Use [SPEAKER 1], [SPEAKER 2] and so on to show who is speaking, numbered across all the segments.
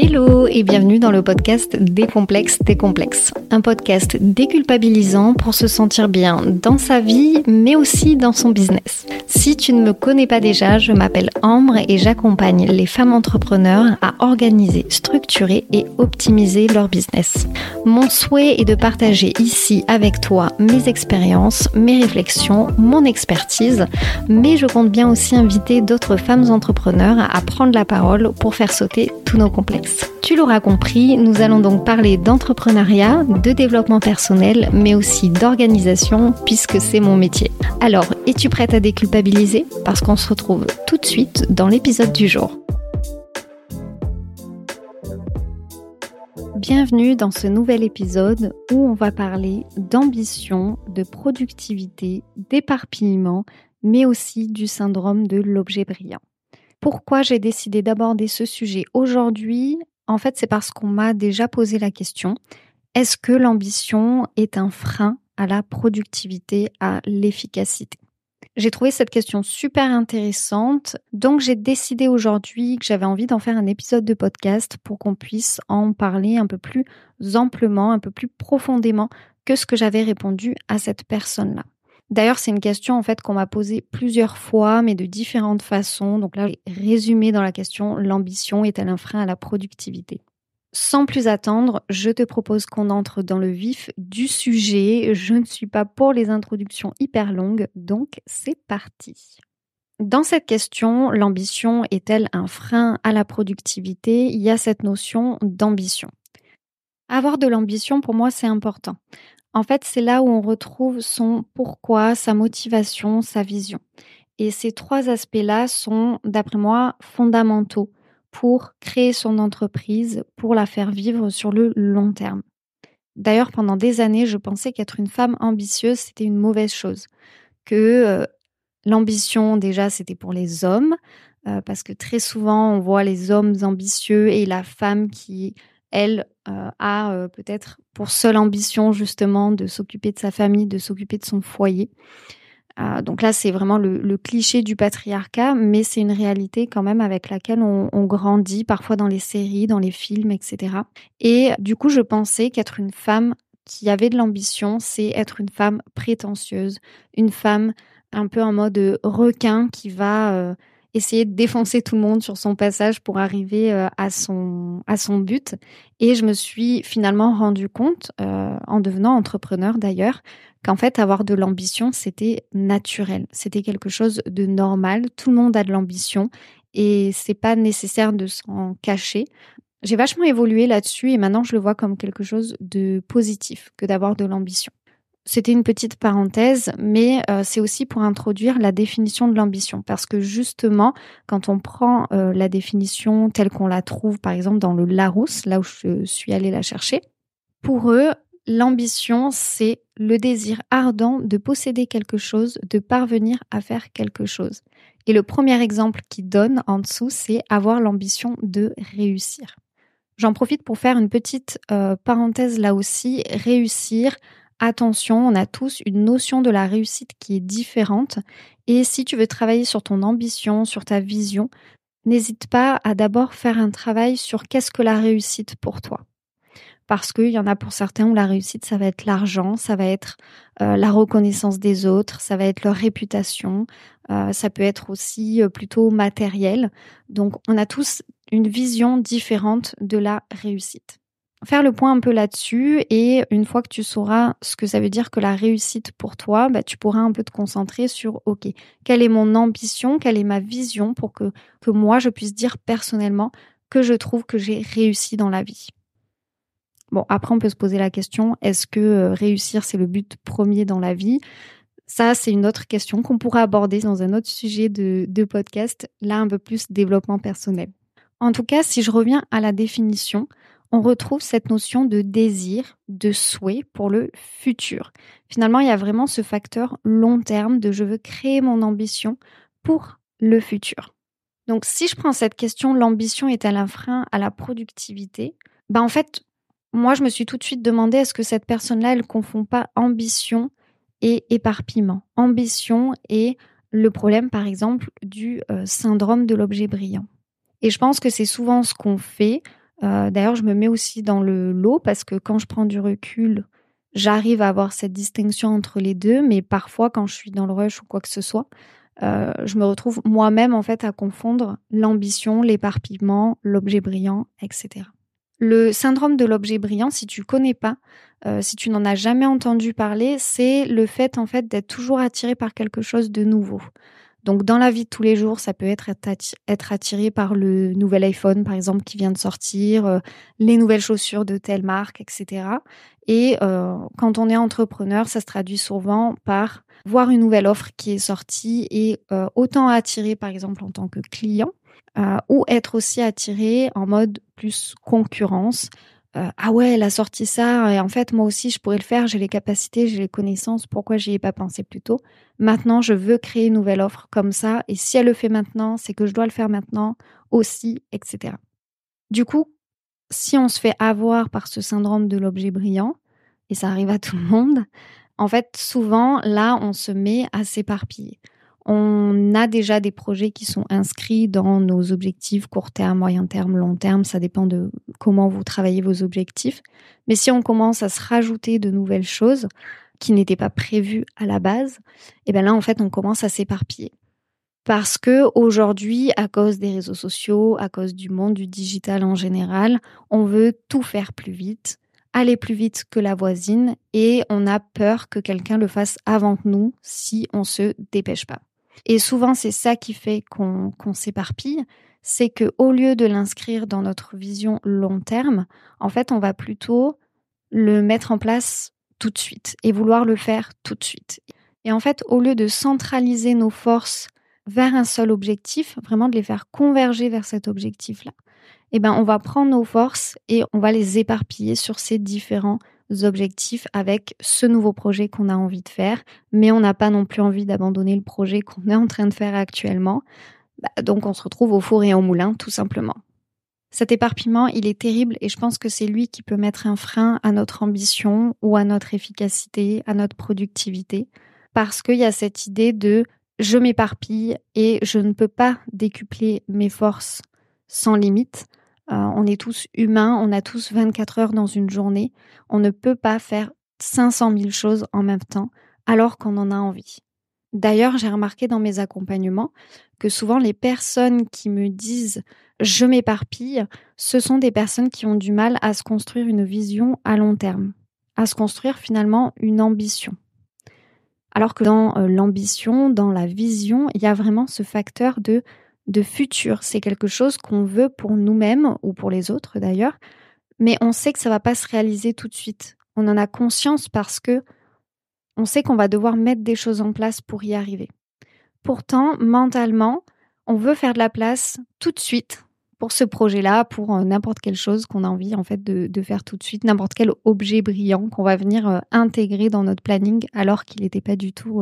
[SPEAKER 1] Hello et bienvenue dans le podcast Décomplexe tes complexes. Un podcast déculpabilisant pour se sentir bien dans sa vie mais aussi dans son business. Si tu ne me connais pas déjà, je m'appelle Ambre et j'accompagne les femmes entrepreneurs à organiser, structurer et optimiser leur business. Mon souhait est de partager ici avec toi mes expériences, mes réflexions, mon expertise, mais je compte bien aussi inviter d'autres femmes entrepreneurs à prendre la parole pour faire sauter tous nos complexes. Tu l'auras compris, nous allons donc parler d'entrepreneuriat, de développement personnel, mais aussi d'organisation, puisque c'est mon métier. Alors, es-tu prête à déculpabiliser ? Parce qu'on se retrouve tout de suite dans l'épisode du jour. Bienvenue dans ce nouvel épisode où on va parler d'ambition, de productivité, d'éparpillement, mais aussi du syndrome de l'objet brillant. Pourquoi j'ai décidé d'aborder ce sujet aujourd'hui ? En fait, c'est parce qu'on m'a déjà posé la question, est-ce que l'ambition est un frein à la productivité, à l'efficacité ? J'ai trouvé cette question super intéressante, donc j'ai décidé aujourd'hui que j'avais envie d'en faire un épisode de podcast pour qu'on puisse en parler un peu plus amplement, un peu plus profondément que ce que j'avais répondu à cette personne-là. D'ailleurs, c'est une question en fait qu'on m'a posée plusieurs fois, mais de différentes façons. Donc là, j'ai résumé dans la question, l'ambition est-elle un frein à la productivité ? Sans plus attendre, je te propose qu'on entre dans le vif du sujet. Je ne suis pas pour les introductions hyper longues, donc c'est parti. Dans cette question, l'ambition est-elle un frein à la productivité ? Il y a cette notion d'ambition. Avoir de l'ambition, pour moi, c'est important. En fait, c'est là où on retrouve son pourquoi, sa motivation, sa vision. Et ces trois aspects-là sont, d'après moi, fondamentaux pour créer son entreprise, pour la faire vivre sur le long terme. D'ailleurs, pendant des années, je pensais qu'être une femme ambitieuse, c'était une mauvaise chose. Que l'ambition, déjà, c'était pour les hommes, parce que très souvent, on voit les hommes ambitieux et la femme qui, elle, a peut-être pour seule ambition, justement, de s'occuper de sa famille, de s'occuper de son foyer. Donc là, c'est vraiment le cliché du patriarcat, mais c'est une réalité quand même avec laquelle on grandit, parfois dans les séries, dans les films, etc. Et du coup, je pensais qu'être une femme qui avait de l'ambition, c'est être une femme prétentieuse, une femme un peu en mode requin qui va essayer de défoncer tout le monde sur son passage pour arriver à son but. Et je me suis finalement rendu compte, en devenant entrepreneur d'ailleurs, qu'en fait, avoir de l'ambition, c'était naturel. C'était quelque chose de normal. Tout le monde a de l'ambition et c'est pas nécessaire de s'en cacher. J'ai vachement évolué là-dessus et maintenant, je le vois comme quelque chose de positif que d'avoir de l'ambition. C'était une petite parenthèse, mais c'est aussi pour introduire la définition de l'ambition. Parce que justement, quand on prend la définition telle qu'on la trouve, par exemple, dans le Larousse, là où je suis allée la chercher, pour eux, l'ambition, c'est le désir ardent de posséder quelque chose, de parvenir à faire quelque chose. Et le premier exemple qu'ils donnent en dessous, c'est avoir l'ambition de réussir. J'en profite pour faire une petite parenthèse là aussi. Réussir, attention, on a tous une notion de la réussite qui est différente. Et si tu veux travailler sur ton ambition, sur ta vision, n'hésite pas à d'abord faire un travail sur qu'est-ce que la réussite pour toi. Parce qu'il y en a pour certains où la réussite, ça va être l'argent, ça va être la reconnaissance des autres, ça va être leur réputation, ça peut être aussi plutôt matériel. Donc, on a tous une vision différente de la réussite. Faire le point un peu là-dessus et une fois que tu sauras ce que ça veut dire que la réussite pour toi, tu pourras un peu te concentrer sur OK, quelle est mon ambition, quelle est ma vision pour que moi, je puisse dire personnellement que je trouve que j'ai réussi dans la vie. Bon, après, on peut se poser la question, est-ce que réussir, c'est le but premier dans la vie ? Ça, c'est une autre question qu'on pourra aborder dans un autre sujet de podcast, là, un peu plus développement personnel. En tout cas, si je reviens à la définition, on retrouve cette notion de désir, de souhait pour le futur. Finalement, il y a vraiment ce facteur long terme de je veux créer mon ambition pour le futur. Donc, si je prends cette question, l'ambition est-elle un frein à la productivité ? En fait, moi, je me suis tout de suite demandé est-ce que cette personne-là, elle ne confond pas ambition et éparpillement. Ambition et le problème, par exemple, du syndrome de l'objet brillant. Et je pense que c'est souvent ce qu'on fait D'ailleurs, je me mets aussi dans le lot parce que quand je prends du recul, j'arrive à avoir cette distinction entre les deux, mais parfois quand je suis dans le rush ou quoi que ce soit, je me retrouve moi-même en fait à confondre l'ambition, l'éparpillement, l'objet brillant, etc. Le syndrome de l'objet brillant, si tu le connais pas, si tu n'en as jamais entendu parler, c'est le fait en fait d'être toujours attiré par quelque chose de nouveau. Donc dans la vie de tous les jours, ça peut être attiré par le nouvel iPhone par exemple qui vient de sortir, les nouvelles chaussures de telle marque, etc. Et quand on est entrepreneur, ça se traduit souvent par voir une nouvelle offre qui est sortie et autant attiré par exemple en tant que client ou être aussi attiré en mode plus concurrence. Ah ouais, elle a sorti ça et en fait moi aussi je pourrais le faire, j'ai les capacités, j'ai les connaissances, pourquoi j'y ai pas pensé plus tôt? Maintenant, je veux créer une nouvelle offre comme ça et si elle le fait maintenant, c'est que je dois le faire maintenant aussi, etc. Du coup, si on se fait avoir par ce syndrome de l'objet brillant, et ça arrive à tout le monde, en fait, souvent, là, on se met à s'éparpiller. On a déjà des projets qui sont inscrits dans nos objectifs court terme, moyen terme, long terme. Ça dépend de comment vous travaillez vos objectifs. Mais si on commence à se rajouter de nouvelles choses qui n'étaient pas prévues à la base, et bien là, en fait, on commence à s'éparpiller. Parce que aujourd'hui, à cause des réseaux sociaux, à cause du monde du digital en général, on veut tout faire plus vite, aller plus vite que la voisine et on a peur que quelqu'un le fasse avant nous si on se dépêche pas. Et souvent, c'est ça qui fait qu'on s'éparpille, c'est que au lieu de l'inscrire dans notre vision long terme, en fait, on va plutôt le mettre en place tout de suite et vouloir le faire tout de suite. Et en fait, au lieu de centraliser nos forces vers un seul objectif, vraiment de les faire converger vers cet objectif-là, eh ben, on va prendre nos forces et on va les éparpiller sur ces différents objectifs avec ce nouveau projet qu'on a envie de faire, mais on n'a pas non plus envie d'abandonner le projet qu'on est en train de faire actuellement. Donc, on se retrouve au four et au moulin, tout simplement. Cet éparpillement, il est terrible et je pense que c'est lui qui peut mettre un frein à notre ambition ou à notre efficacité, à notre productivité, parce qu'il y a cette idée de je m'éparpille et je ne peux pas décupler mes forces sans limite. On est tous humains, on a tous 24 heures dans une journée. On ne peut pas faire 500 000 choses en même temps alors qu'on en a envie. D'ailleurs, j'ai remarqué dans mes accompagnements que souvent les personnes qui me disent je m'éparpille, ce sont des personnes qui ont du mal à se construire une vision à long terme, à se construire finalement une ambition. Alors que dans l'ambition, dans la vision, il y a vraiment ce facteur de futur. C'est quelque chose qu'on veut pour nous-mêmes ou pour les autres d'ailleurs, mais on sait que ça ne va pas se réaliser tout de suite. On en a conscience parce que on sait qu'on va devoir mettre des choses en place pour y arriver. Pourtant, mentalement, on veut faire de la place tout de suite pour ce projet-là, pour n'importe quelle chose qu'on a envie en fait de faire tout de suite, n'importe quel objet brillant qu'on va venir intégrer dans notre planning alors qu'il n'était pas du tout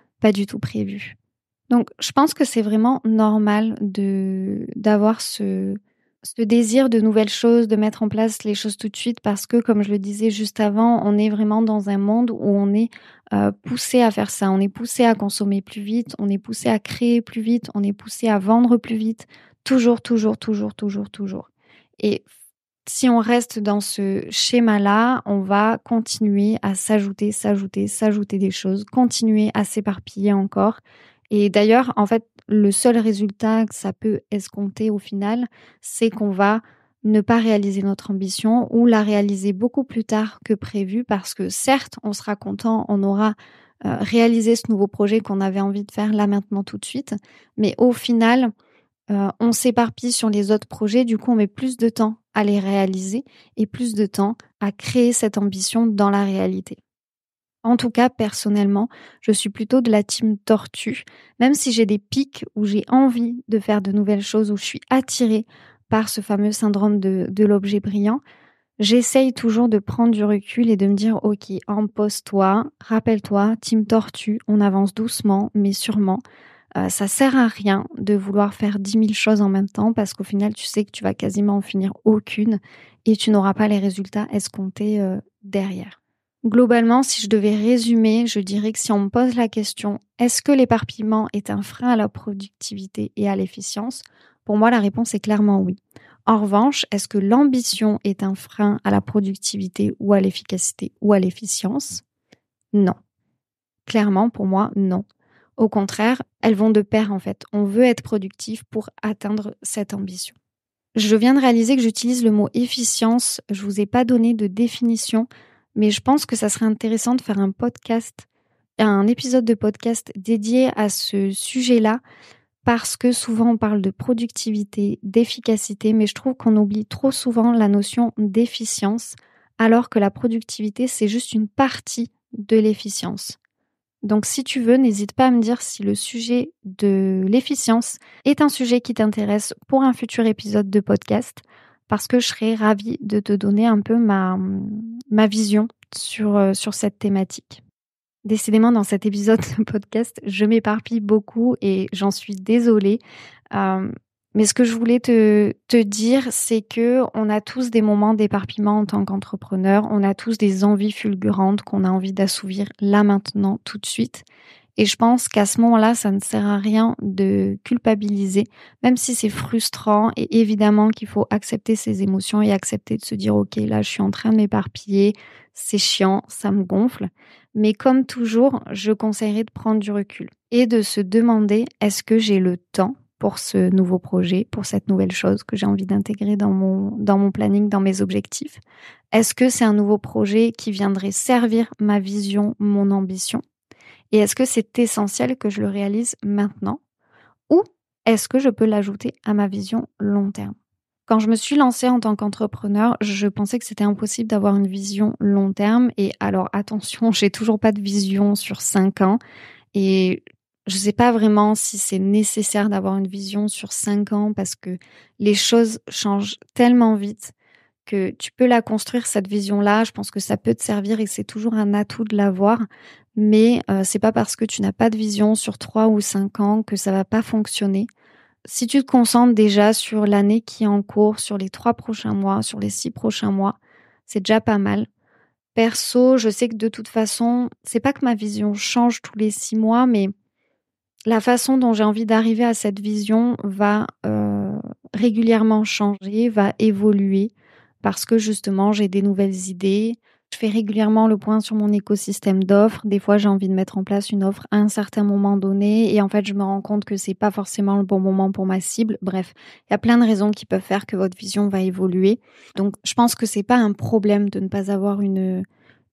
[SPEAKER 1] prévu. Donc, je pense que c'est vraiment normal d'avoir ce désir de nouvelles choses, de mettre en place les choses tout de suite parce que, comme je le disais juste avant, on est vraiment dans un monde où on est poussé à faire ça. On est poussé à consommer plus vite, on est poussé à créer plus vite, on est poussé à vendre plus vite. Toujours, toujours, toujours, toujours, toujours. Et si on reste dans ce schéma-là, on va continuer à s'ajouter des choses, continuer à s'éparpiller encore. Et d'ailleurs, en fait, le seul résultat que ça peut escompter au final, c'est qu'on va ne pas réaliser notre ambition ou la réaliser beaucoup plus tard que prévu parce que certes, on sera content, on aura réalisé ce nouveau projet qu'on avait envie de faire là maintenant tout de suite, mais au final, on s'éparpille sur les autres projets, du coup on met plus de temps à les réaliser et plus de temps à créer cette ambition dans la réalité. En tout cas, personnellement, je suis plutôt de la team tortue, même si j'ai des pics où j'ai envie de faire de nouvelles choses, où je suis attirée par ce fameux syndrome de l'objet brillant. J'essaye toujours de prendre du recul et de me dire « Ok, impose-toi, rappelle-toi, team tortue, on avance doucement mais sûrement ». Ça sert à rien de vouloir faire 10 000 choses en même temps parce qu'au final, tu sais que tu vas quasiment en finir aucune et tu n'auras pas les résultats escomptés derrière. Globalement, si je devais résumer, je dirais que si on me pose la question « Est-ce que l'éparpillement est un frein à la productivité et à l'efficience ?» Pour moi, la réponse est clairement oui. En revanche, est-ce que l'ambition est un frein à la productivité ou à l'efficacité ou à l'efficience? Non. Clairement, pour moi, non. Au contraire, elles vont de pair en fait. On veut être productif pour atteindre cette ambition. Je viens de réaliser que j'utilise le mot efficience. Je vous ai pas donné de définition, mais je pense que ça serait intéressant de faire un épisode de podcast dédié à ce sujet-là, parce que souvent on parle de productivité, d'efficacité, mais je trouve qu'on oublie trop souvent la notion d'efficience, alors que la productivité, c'est juste une partie de l'efficience. Donc si tu veux, n'hésite pas à me dire si le sujet de l'efficience est un sujet qui t'intéresse pour un futur épisode de podcast, parce que je serais ravie de te donner un peu ma vision sur cette thématique. Décidément, dans cet épisode de podcast, je m'éparpille beaucoup et j'en suis désolée. Mais ce que je voulais te dire, c'est que on a tous des moments d'éparpillement en tant qu'entrepreneur. On a tous des envies fulgurantes qu'on a envie d'assouvir là, maintenant, tout de suite. Et je pense qu'à ce moment-là, ça ne sert à rien de culpabiliser, même si c'est frustrant. Et évidemment qu'il faut accepter ses émotions et accepter de se dire, OK, là, je suis en train de m'éparpiller. C'est chiant, ça me gonfle. Mais comme toujours, je conseillerais de prendre du recul et de se demander, est-ce que j'ai le temps pour ce nouveau projet, pour cette nouvelle chose que j'ai envie d'intégrer dans mon planning, dans mes objectifs? Est-ce que c'est un nouveau projet qui viendrait servir ma vision, mon ambition? Et est-ce que c'est essentiel que je le réalise maintenant? Ou est-ce que je peux l'ajouter à ma vision long terme? Quand je me suis lancée en tant qu'entrepreneur, je pensais que c'était impossible d'avoir une vision long terme. Et alors, attention, j'ai toujours pas de vision sur 5 ans. Et je sais pas vraiment si c'est nécessaire d'avoir une vision sur 5 ans parce que les choses changent tellement vite que tu peux la construire, cette vision-là. Je pense que ça peut te servir et c'est toujours un atout de l'avoir. Mais c'est pas parce que tu n'as pas de vision sur 3 ou 5 ans que ça va pas fonctionner. Si tu te concentres déjà sur l'année qui est en cours, sur les 3 prochains mois, sur les 6 prochains mois, c'est déjà pas mal. Perso, je sais que de toute façon, c'est pas que ma vision change tous les 6 mois, mais la façon dont j'ai envie d'arriver à cette vision va régulièrement changer, va évoluer, parce que justement, j'ai des nouvelles idées. Je fais régulièrement le point sur mon écosystème d'offres. Des fois, j'ai envie de mettre en place une offre à un certain moment donné et en fait, je me rends compte que c'est pas forcément le bon moment pour ma cible. Bref, il y a plein de raisons qui peuvent faire que votre vision va évoluer. Donc, je pense que c'est pas un problème de ne pas avoir une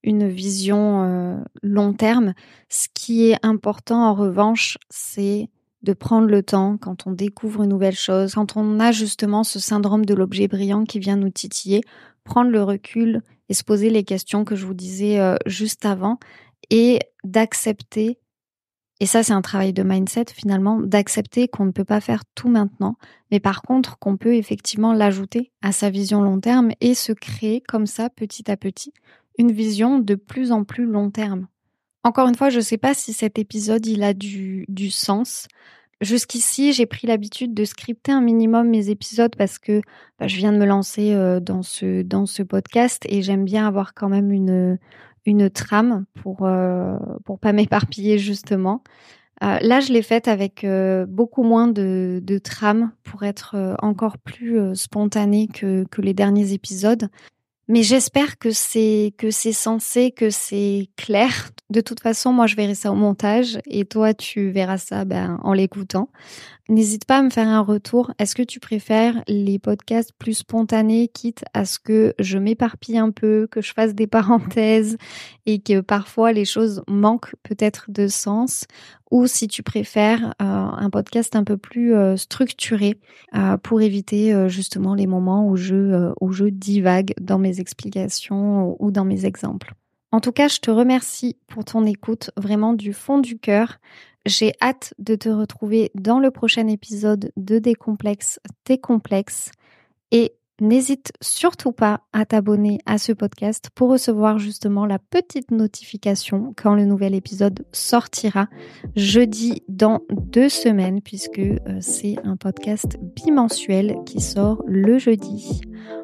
[SPEAKER 1] vision long terme. Ce qui est important, en revanche, c'est de prendre le temps quand on découvre une nouvelle chose, quand on a justement ce syndrome de l'objet brillant qui vient nous titiller, prendre le recul et se poser les questions que je vous disais juste avant et d'accepter, et ça c'est un travail de mindset finalement, d'accepter qu'on ne peut pas faire tout maintenant, mais par contre qu'on peut effectivement l'ajouter à sa vision long terme et se créer comme ça petit à petit une vision de plus en plus long terme. Encore une fois, je ne sais pas si cet épisode il a du sens. Jusqu'ici, j'ai pris l'habitude de scripter un minimum mes épisodes parce que je viens de me lancer dans ce podcast et j'aime bien avoir quand même une trame pour pas m'éparpiller justement. Là, je l'ai faite avec beaucoup moins de trame pour être encore plus spontanée que les derniers épisodes. Mais j'espère que c'est sensé, que c'est clair. De toute façon, moi, je verrai ça au montage et toi, tu verras ça en l'écoutant. N'hésite pas à me faire un retour. Est-ce que tu préfères les podcasts plus spontanés, quitte à ce que je m'éparpille un peu, que je fasse des parenthèses et que parfois les choses manquent peut-être de sens, ou si tu préfères un podcast un peu plus structuré pour éviter justement les moments où je divague dans mes explications ou dans mes exemples. En tout cas, je te remercie pour ton écoute, vraiment du fond du cœur. J'ai hâte de te retrouver dans le prochain épisode de Décomplexe tes complexes et n'hésite surtout pas à t'abonner à ce podcast pour recevoir justement la petite notification quand le nouvel épisode sortira jeudi dans 2 semaines puisque c'est un podcast bimensuel qui sort le jeudi.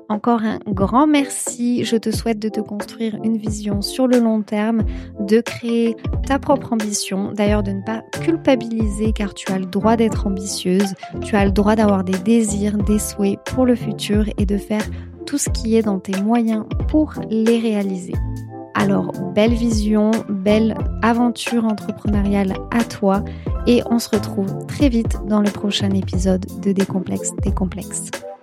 [SPEAKER 1] Encore un grand merci. Je te souhaite de te construire une vision sur le long terme, de créer ta propre ambition. D'ailleurs, de ne pas culpabiliser car tu as le droit d'être ambitieuse. Tu as le droit d'avoir des désirs, des souhaits pour le futur et de faire tout ce qui est dans tes moyens pour les réaliser. Alors, belle vision, belle aventure entrepreneuriale à toi et on se retrouve très vite dans le prochain épisode de Décomplexe tes complexes.